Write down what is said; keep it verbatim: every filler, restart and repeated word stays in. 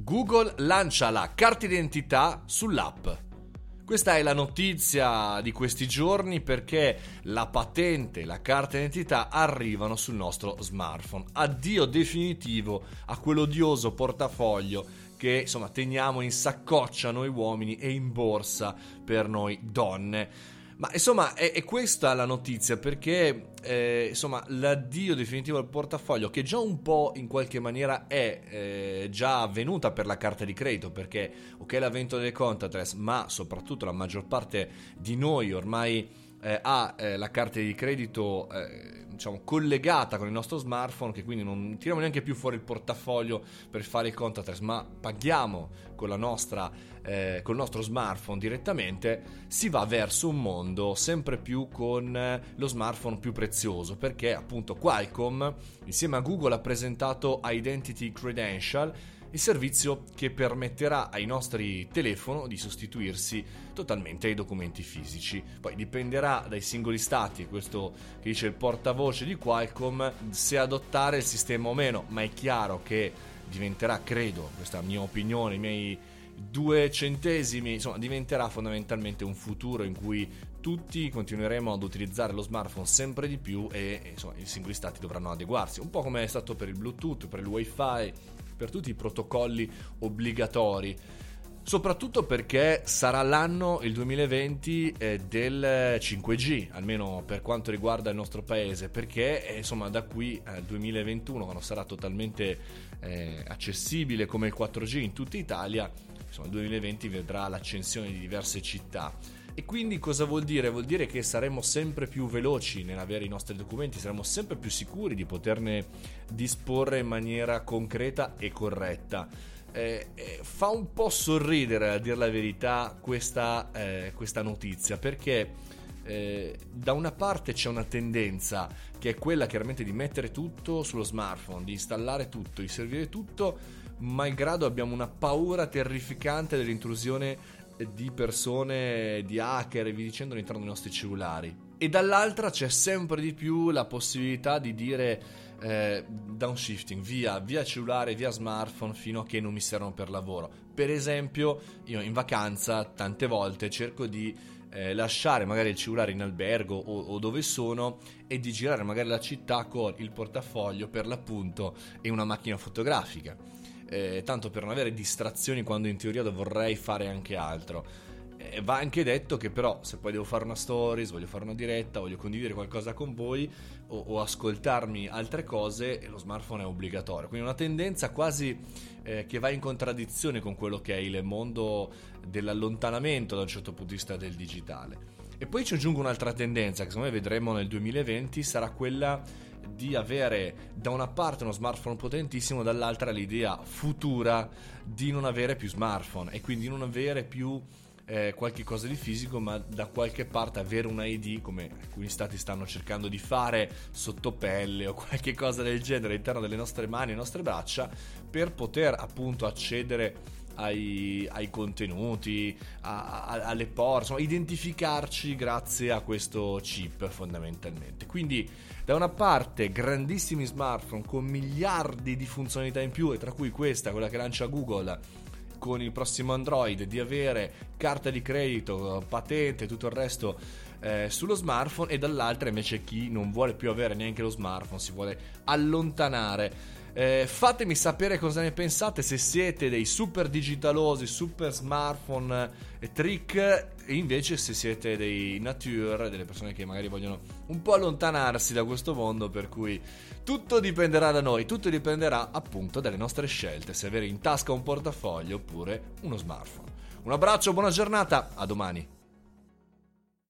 Google lancia la carta d'identità sull'app. Questa è la notizia di questi giorni perché la patente e la carta d'identità arrivano sul nostro smartphone. Addio definitivo a quell'odioso portafoglio che insomma teniamo in saccoccia noi uomini e in borsa per noi donne. Ma insomma è, è questa la notizia perché eh, insomma l'addio definitivo al portafoglio, che già un po' in qualche maniera è eh, già avvenuta per la carta di credito, perché ok l'avvento delle contactless, ma soprattutto la maggior parte di noi ormai eh, ha eh, la carta di credito eh, diciamo collegata con il nostro smartphone, che quindi non tiriamo neanche più fuori il portafoglio per fare il contactless, ma paghiamo con la nostra eh, col nostro smartphone direttamente. Si va verso un mondo sempre più con eh, lo smartphone più prezioso, perché appunto Qualcomm insieme a Google ha presentato Identity Credential, il servizio che permetterà ai nostri telefoni di sostituirsi totalmente ai documenti fisici. Poi dipenderà dai singoli stati, questo che dice il portavoce di Qualcomm, se adottare il sistema o meno, ma è chiaro che diventerà, credo, questa è la mia opinione, i miei due centesimi, insomma diventerà fondamentalmente un futuro in cui tutti continueremo ad utilizzare lo smartphone sempre di più e, e insomma i singoli stati dovranno adeguarsi, un po' come è stato per il Bluetooth, per il Wi-Fi, per tutti i protocolli obbligatori, soprattutto perché sarà l'anno, il duemilaventi, eh, del cinque G, almeno per quanto riguarda il nostro paese, perché eh, insomma da qui al duemilaventuno, quando sarà totalmente eh, accessibile come il quattro G in tutta Italia, insomma il duemilaventi vedrà l'accensione di diverse città. E quindi cosa vuol dire? Vuol dire che saremo sempre più veloci nell'avere i nostri documenti, saremo sempre più sicuri di poterne disporre in maniera concreta e corretta. Eh, eh, fa un po' sorridere, a dir la verità, questa, eh, questa notizia, perché eh, da una parte c'è una tendenza che è quella chiaramente di mettere tutto sullo smartphone, di installare tutto, di servire tutto, malgrado abbiamo una paura terrificante dell'intrusione di persone, di hacker e via dicendo all'interno dei nostri cellulari. E dall'altra c'è sempre di più la possibilità di dire eh, downshifting, via, via cellulare, via smartphone, fino a che non mi servono per lavoro. Per esempio, io in vacanza tante volte cerco di eh, lasciare magari il cellulare in albergo o, o dove sono e di girare magari la città con il portafoglio per l'appunto e una macchina fotografica. Eh, tanto per non avere distrazioni quando in teoria vorrei fare anche altro. Eh, va anche detto che però se poi devo fare una stories, voglio fare una diretta, voglio condividere qualcosa con voi o, o ascoltarmi altre cose, lo smartphone è obbligatorio, quindi una tendenza quasi eh, che va in contraddizione con quello che è il mondo dell'allontanamento da un certo punto di vista del digitale. E poi ci aggiungo un'altra tendenza che secondo me vedremo nel duemilaventi, sarà quella di avere da una parte uno smartphone potentissimo, dall'altra l'idea futura di non avere più smartphone e quindi non avere più eh, qualche cosa di fisico, ma da qualche parte avere un I D, come alcuni stati stanno cercando di fare, sotto pelle o qualche cosa del genere all'interno delle nostre mani e nostre braccia, per poter appunto accedere Ai, ai contenuti, a, a, alle porte, insomma identificarci grazie a questo chip fondamentalmente. Quindi da una parte grandissimi smartphone con miliardi di funzionalità in più, e tra cui questa, quella che lancia Google con il prossimo Android, di avere carta di credito, patente e tutto il resto eh, sullo smartphone, e dall'altra invece chi non vuole più avere neanche lo smartphone, si vuole allontanare. Eh, fatemi sapere cosa ne pensate, se siete dei super digitalosi, super smartphone e trick, e invece se siete dei nature, delle persone che magari vogliono un po' allontanarsi da questo mondo, per cui tutto dipenderà da noi, tutto dipenderà appunto dalle nostre scelte, se avere in tasca un portafoglio oppure uno smartphone. Un abbraccio, buona giornata, a domani.